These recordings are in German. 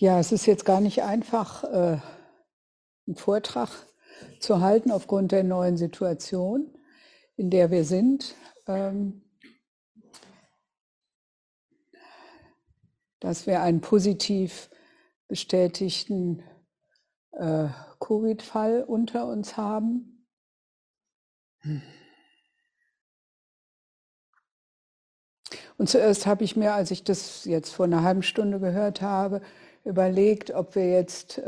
Ja, es ist jetzt gar nicht einfach, einen Vortrag zu halten aufgrund der neuen Situation, in der wir sind. Dass wir einen positiv bestätigten Covid-Fall unter uns haben. Und zuerst habe ich mir, als ich das jetzt vor einer halben Stunde gehört habe, überlegt, ob wir jetzt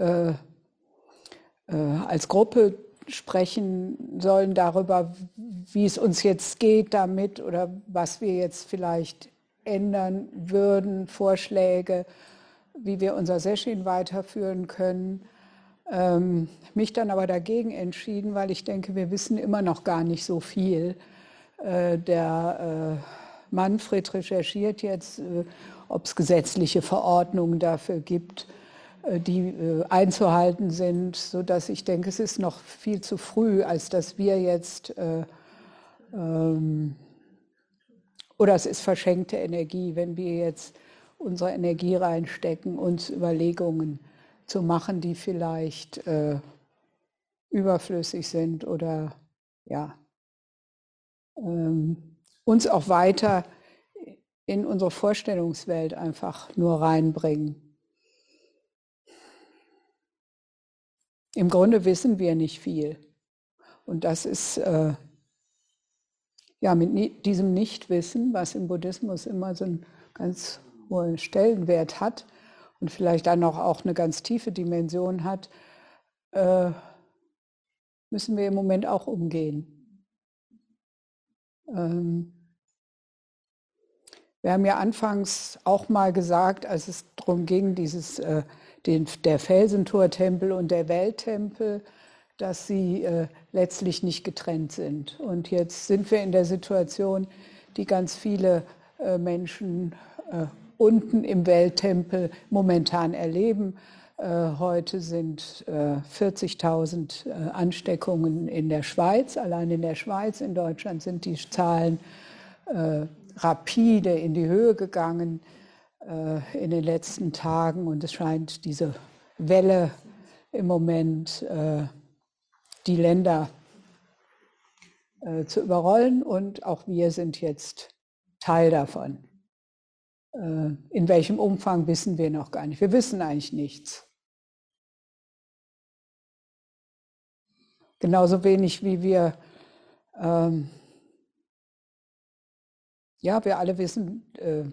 als Gruppe sprechen sollen darüber, wie es uns jetzt geht damit oder was wir jetzt vielleicht ändern würden, Vorschläge, wie wir unser Session weiterführen können. Mich dann aber dagegen entschieden, weil ich denke, wir wissen immer noch gar nicht so viel. Der Manfred recherchiert jetzt, ob es gesetzliche Verordnungen dafür gibt, die einzuhalten sind, sodass ich denke, es ist noch viel zu früh, als dass wir jetzt, oder es ist verschenkte Energie, wenn wir jetzt unsere Energie reinstecken, uns Überlegungen zu machen, die vielleicht überflüssig sind oder ja, uns auch weiter in unsere Vorstellungswelt einfach nur reinbringen. Im Grunde wissen wir nicht viel. Und das ist ja mit diesem Nichtwissen, was im Buddhismus immer so einen ganz hohen Stellenwert hat und vielleicht dann auch eine ganz tiefe Dimension hat, müssen wir im Moment auch umgehen. Wir haben ja anfangs auch mal gesagt, als es darum ging, der Felsentor-Tempel und der Welttempel, dass sie letztlich nicht getrennt sind. Und jetzt sind wir in der Situation, die ganz viele Menschen unten im Welttempel momentan erleben. Heute sind 40.000 Ansteckungen in der Schweiz. Allein in der Schweiz, in Deutschland sind die Zahlen rapide in die Höhe gegangen in den letzten Tagen. Und es scheint diese Welle im Moment die Länder zu überrollen. Und auch wir sind jetzt Teil davon. In welchem Umfang wissen wir noch gar nicht. Wir wissen eigentlich nichts. Genauso wenig wie wir, ja, wir alle wissen,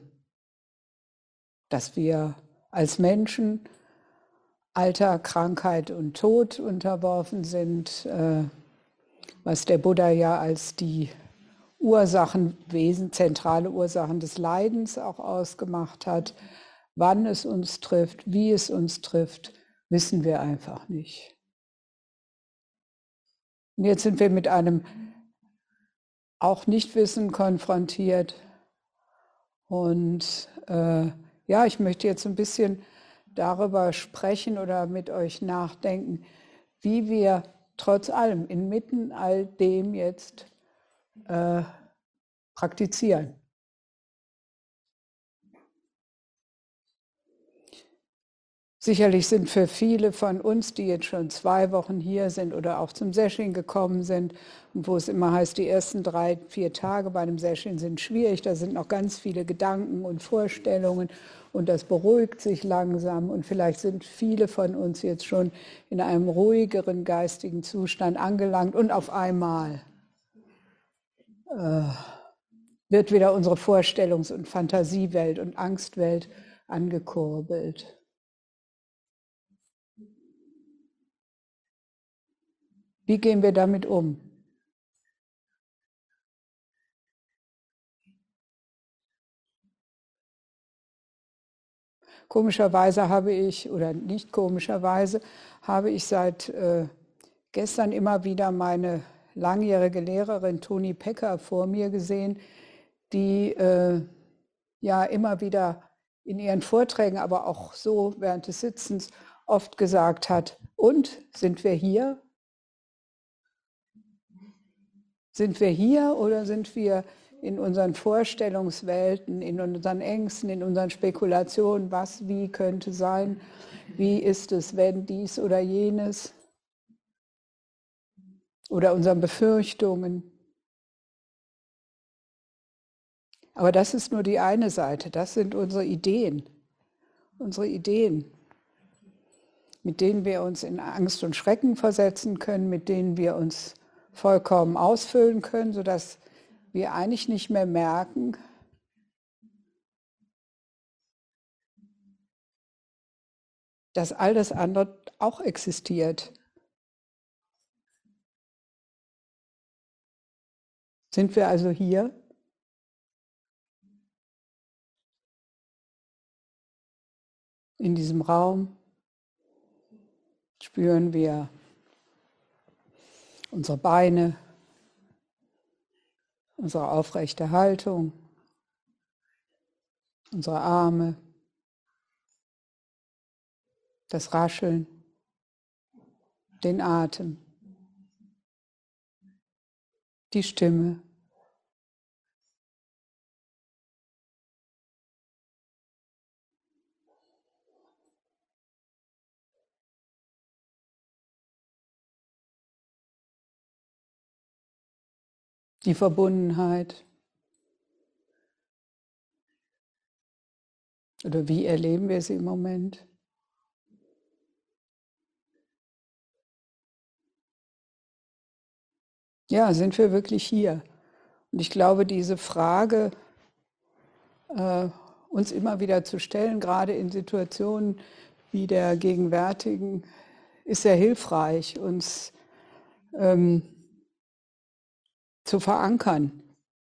dass wir als Menschen Alter, Krankheit und Tod unterworfen sind, was der Buddha ja als die Ursachenwesen, zentrale Ursachen des Leidens auch ausgemacht hat. Wann es uns trifft, wie es uns trifft, wissen wir einfach nicht. Und jetzt sind wir mit einem auch Nichtwissen konfrontiert. Und ja, ich möchte jetzt ein bisschen darüber sprechen oder mit euch nachdenken, wie wir trotz allem, inmitten all dem jetzt praktizieren. Sicherlich sind für viele von uns, die jetzt schon 2 Wochen hier sind oder auch zum Session gekommen sind, und wo es immer heißt, die ersten 3, 4 Tage bei einem Session sind schwierig, da sind noch ganz viele Gedanken und Vorstellungen und das beruhigt sich langsam und vielleicht sind viele von uns jetzt schon in einem ruhigeren geistigen Zustand angelangt und auf einmal wird wieder unsere Vorstellungs- und Fantasiewelt und Angstwelt angekurbelt. Wie gehen wir damit um? Komischerweise habe ich, oder nicht komischerweise, habe ich seit gestern immer wieder meine langjährige Lehrerin Toni Pecker vor mir gesehen, die ja immer wieder in ihren Vorträgen, aber auch so während des Sitzens oft gesagt hat, und sind wir hier? Sind wir hier oder sind wir in unseren Vorstellungswelten, in unseren Ängsten, in unseren Spekulationen, was wie könnte sein, wie ist es, wenn dies oder jenes, oder unseren Befürchtungen. Aber das ist nur die eine Seite, das sind unsere Ideen, mit denen wir uns in Angst und Schrecken versetzen können, mit denen wir uns vollkommen ausfüllen können, sodass wir eigentlich nicht mehr merken, dass all das andere auch existiert. Sind wir also hier? In diesem Raum? Spüren wir unsere Beine, unsere aufrechte Haltung, unsere Arme, das Rascheln, den Atem, die Stimme. Die Verbundenheit. Oder wie erleben wir sie im Moment? Ja, sind wir wirklich hier? Und ich glaube, diese Frage, uns immer wieder zu stellen, gerade in Situationen wie der gegenwärtigen, ist sehr hilfreich, uns zu verankern.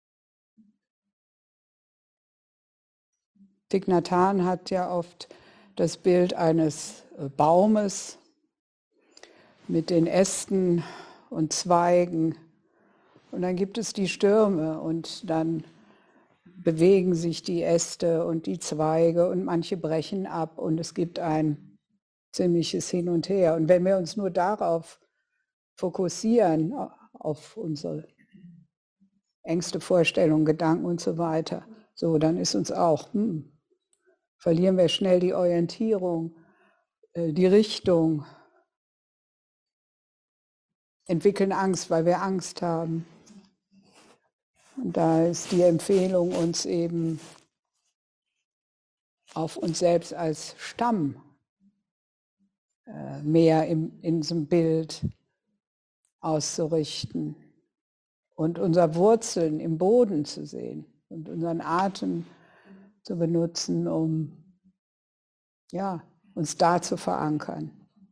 Thich Nhat Hanh hat ja oft das Bild eines Baumes mit den Ästen und Zweigen. Und dann gibt es die Stürme und dann bewegen sich die Äste und die Zweige und manche brechen ab und es gibt ein ziemliches Hin und Her. Und wenn wir uns nur darauf fokussieren, auf unsere Ängste, Vorstellungen, Gedanken und so weiter, so, dann ist uns auch, verlieren wir schnell die Orientierung, die Richtung, entwickeln Angst, weil wir Angst haben. Und da ist die Empfehlung, uns eben auf uns selbst als Stamm mehr in diesem Bild auszurichten und unsere Wurzeln im Boden zu sehen und unseren Atem zu benutzen, um uns da zu verankern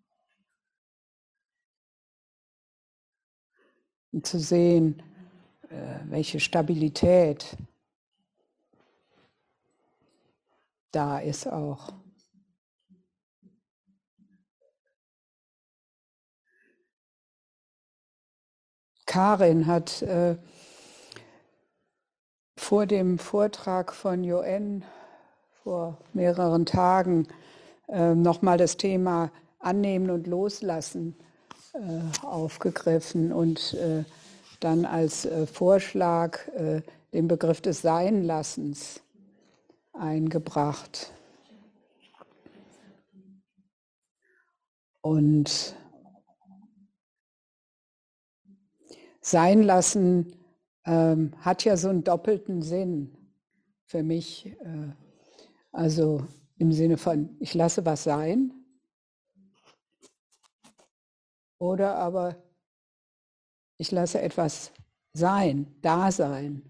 und zu sehen, welche Stabilität da ist auch. Karin hat vor dem Vortrag von Joanne vor mehreren Tagen nochmal das Thema Annehmen und Loslassen aufgegriffen und dann als Vorschlag den Begriff des Seinlassens eingebracht. Und sein lassen hat ja so einen doppelten Sinn für mich. Also im Sinne von, ich lasse was sein. Oder aber ich lasse etwas sein, da sein.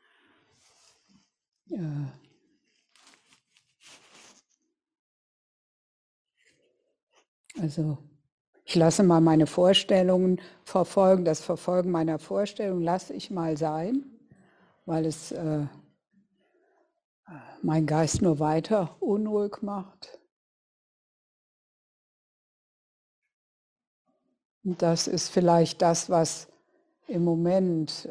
Also ich lasse mal meine Vorstellungen verfolgen. Das Verfolgen meiner Vorstellungen lasse ich mal sein, weil es meinen Geist nur weiter unruhig macht. Und das ist vielleicht das, was im Moment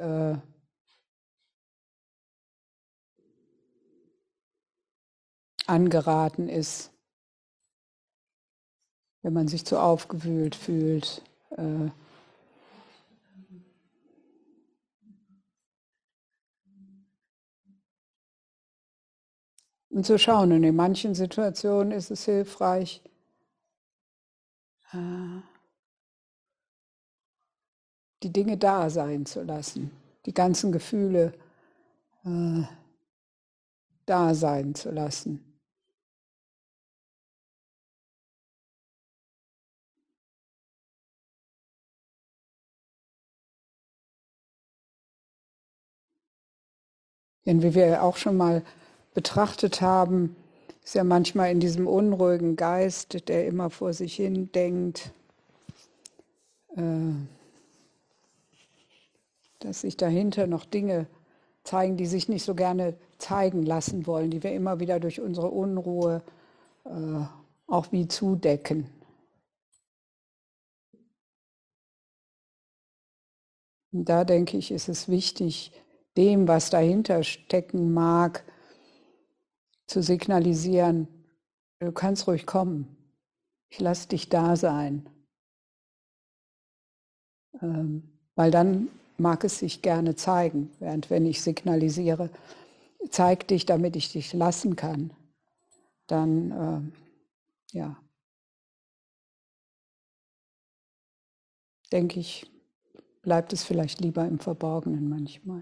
angeraten ist, wenn man sich zu aufgewühlt fühlt. Und zu schauen, und in manchen Situationen ist es hilfreich, die Dinge da sein zu lassen, die ganzen Gefühle da sein zu lassen. Denn wie wir auch schon mal betrachtet haben, ist ja manchmal in diesem unruhigen Geist, der immer vor sich hin denkt, dass sich dahinter noch Dinge zeigen, die sich nicht so gerne zeigen lassen wollen, die wir immer wieder durch unsere Unruhe auch wie zudecken. Und da denke ich, ist es wichtig, dem, was dahinter stecken mag, zu signalisieren, du kannst ruhig kommen, ich lasse dich da sein. Weil dann mag es sich gerne zeigen, während wenn ich signalisiere, zeig dich, damit ich dich lassen kann, dann ja, denke ich, bleibt es vielleicht lieber im Verborgenen manchmal.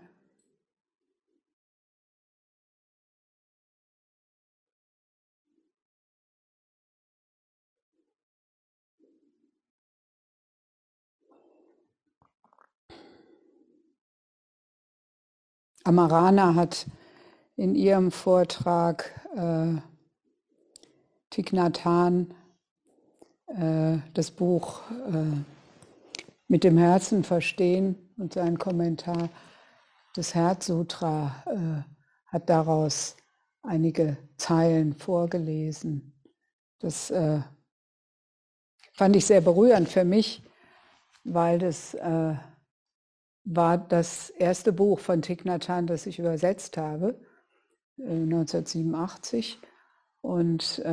Amarana hat in ihrem Vortrag Thich Nhat Hanh das Buch Mit dem Herzen verstehen und sein Kommentar des Herzsutra hat daraus einige Zeilen vorgelesen. Das fand ich sehr berührend für mich, weil das war das erste Buch von Thich Nhat Hanh, das ich übersetzt habe, 1987. Und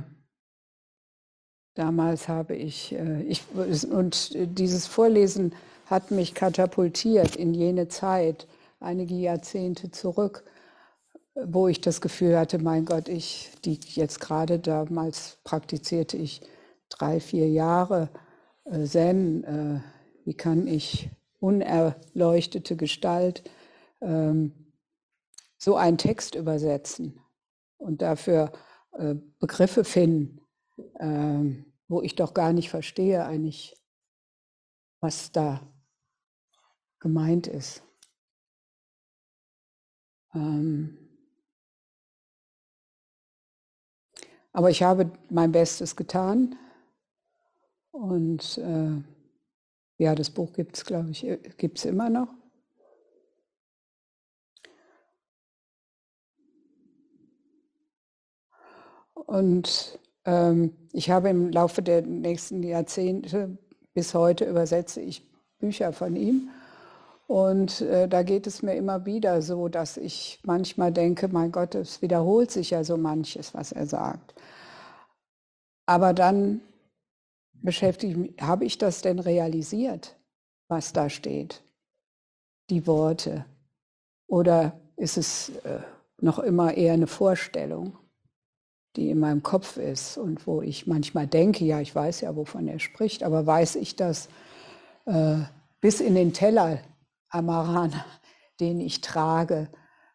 damals habe und dieses Vorlesen hat mich katapultiert in jene Zeit, einige Jahrzehnte zurück, wo ich das Gefühl hatte, mein Gott, die jetzt gerade damals praktizierte ich 3, 4 Jahre Zen, wie kann ich unerleuchtete Gestalt so einen Text übersetzen und dafür Begriffe finden, wo ich doch gar nicht verstehe eigentlich, was da gemeint ist. Aber ich habe mein Bestes getan und ja, das Buch gibt es, glaube ich, gibt es immer noch. Und ich habe im Laufe der nächsten Jahrzehnte bis heute übersetze ich Bücher von ihm. Und da geht es mir immer wieder so, dass ich manchmal denke, mein Gott, es wiederholt sich ja so manches, was er sagt. Aber dann habe ich das denn realisiert, was da steht? Die Worte? Oder ist es noch immer eher eine Vorstellung, die in meinem Kopf ist und wo ich manchmal denke, ja, ich weiß ja, wovon er spricht, aber weiß ich das bis in den Teller Amarana, den ich trage,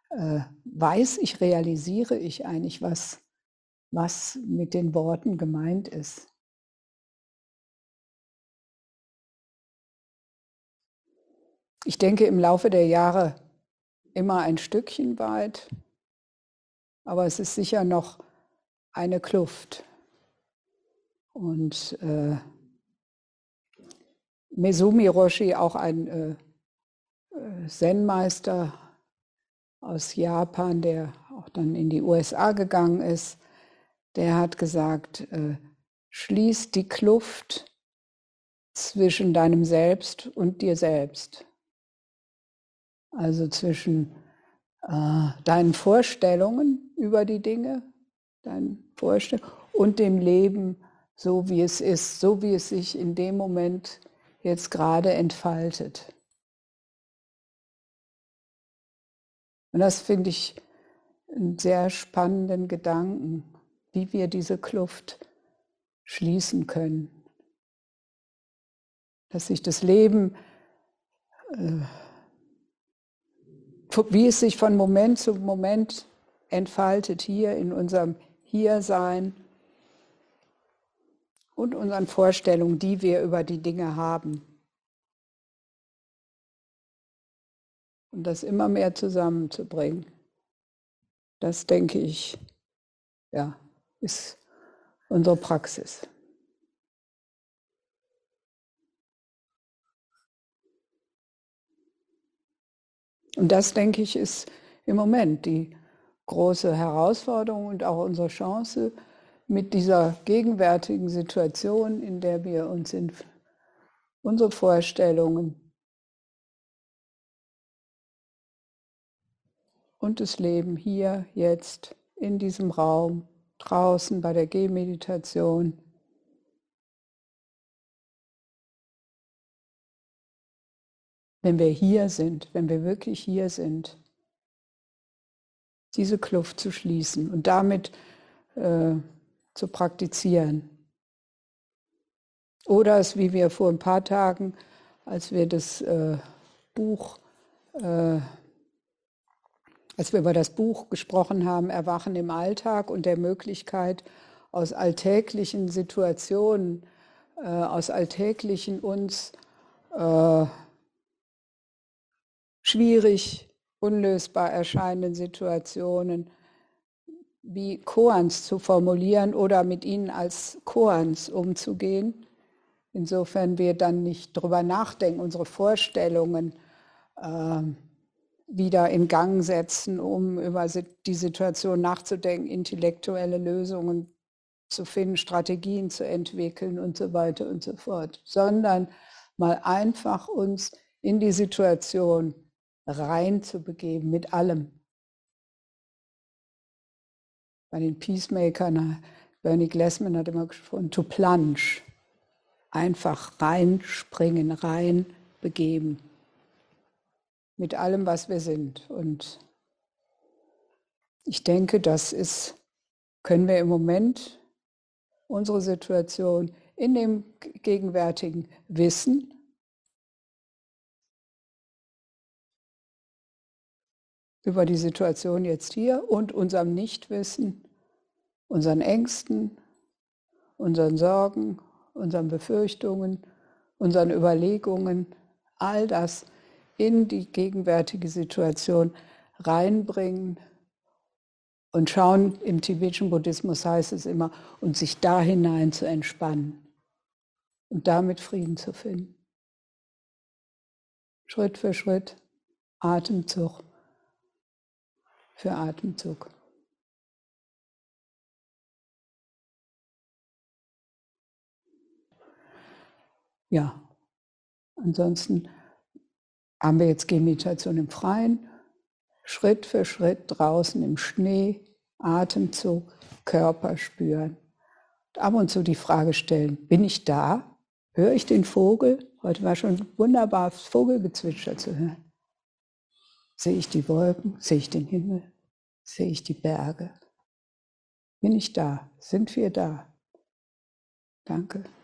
realisiere ich eigentlich, was mit den Worten gemeint ist. Ich denke im Laufe der Jahre immer ein Stückchen weit, aber es ist sicher noch eine Kluft. Und Mesumi Roshi, auch ein Zen-Meister aus Japan, der auch dann in die USA gegangen ist, der hat gesagt, schließ die Kluft zwischen deinem Selbst und dir selbst. Also zwischen deinen Vorstellungen über die Dinge, deinen Vorstellungen und dem Leben, so wie es ist, so wie es sich in dem Moment jetzt gerade entfaltet. Und das finde ich einen sehr spannenden Gedanken, wie wir diese Kluft schließen können. Dass sich das Leben, wie es sich von Moment zu Moment entfaltet, hier in unserem Hiersein und unseren Vorstellungen, die wir über die Dinge haben. Und das immer mehr zusammenzubringen, das denke ich, ja, ist unsere Praxis. Und das, denke ich, ist im Moment die große Herausforderung und auch unsere Chance, mit dieser gegenwärtigen Situation, in der wir uns in unsere Vorstellungen und das Leben hier, jetzt, in diesem Raum, draußen bei der Gehmeditation, wenn wir hier sind, wenn wir wirklich hier sind, diese Kluft zu schließen und damit zu praktizieren. Oder es, wie wir vor ein paar Tagen, als wir das Buch, als wir über das Buch gesprochen haben, Erwachen im Alltag und der Möglichkeit, aus alltäglichen Situationen, aus alltäglichen uns schwierig, unlösbar erscheinenden Situationen wie Koans zu formulieren oder mit ihnen als Koans umzugehen. Insofern wir dann nicht drüber nachdenken, unsere Vorstellungen wieder in Gang setzen, um über die Situation nachzudenken, intellektuelle Lösungen zu finden, Strategien zu entwickeln und so weiter und so fort, sondern mal einfach uns in die Situation reinzubegeben mit allem. Bei den Peacemakern, Bernie Glassman hat immer gesprochen, to plunge. Einfach reinspringen, reinbegeben. Mit allem, was wir sind. Und ich denke, können wir im Moment unsere Situation in dem gegenwärtigen Wissen über die Situation jetzt hier und unserem Nichtwissen, unseren Ängsten, unseren Sorgen, unseren Befürchtungen, unseren Überlegungen, all das in die gegenwärtige Situation reinbringen und schauen, im tibetischen Buddhismus heißt es immer, und sich da hinein zu entspannen und damit Frieden zu finden. Schritt für Schritt, Atemzug für Atemzug. Ja, ansonsten haben wir jetzt Gehmeditation im Freien, Schritt für Schritt draußen im Schnee, Atemzug, Körper spüren. Und ab und zu die Frage stellen, bin ich da? Höre ich den Vogel? Heute war schon wunderbar, Vogelgezwitscher zu hören. Sehe ich die Wolken? Sehe ich den Himmel? Sehe ich die Berge? Bin ich da? Sind wir da? Danke.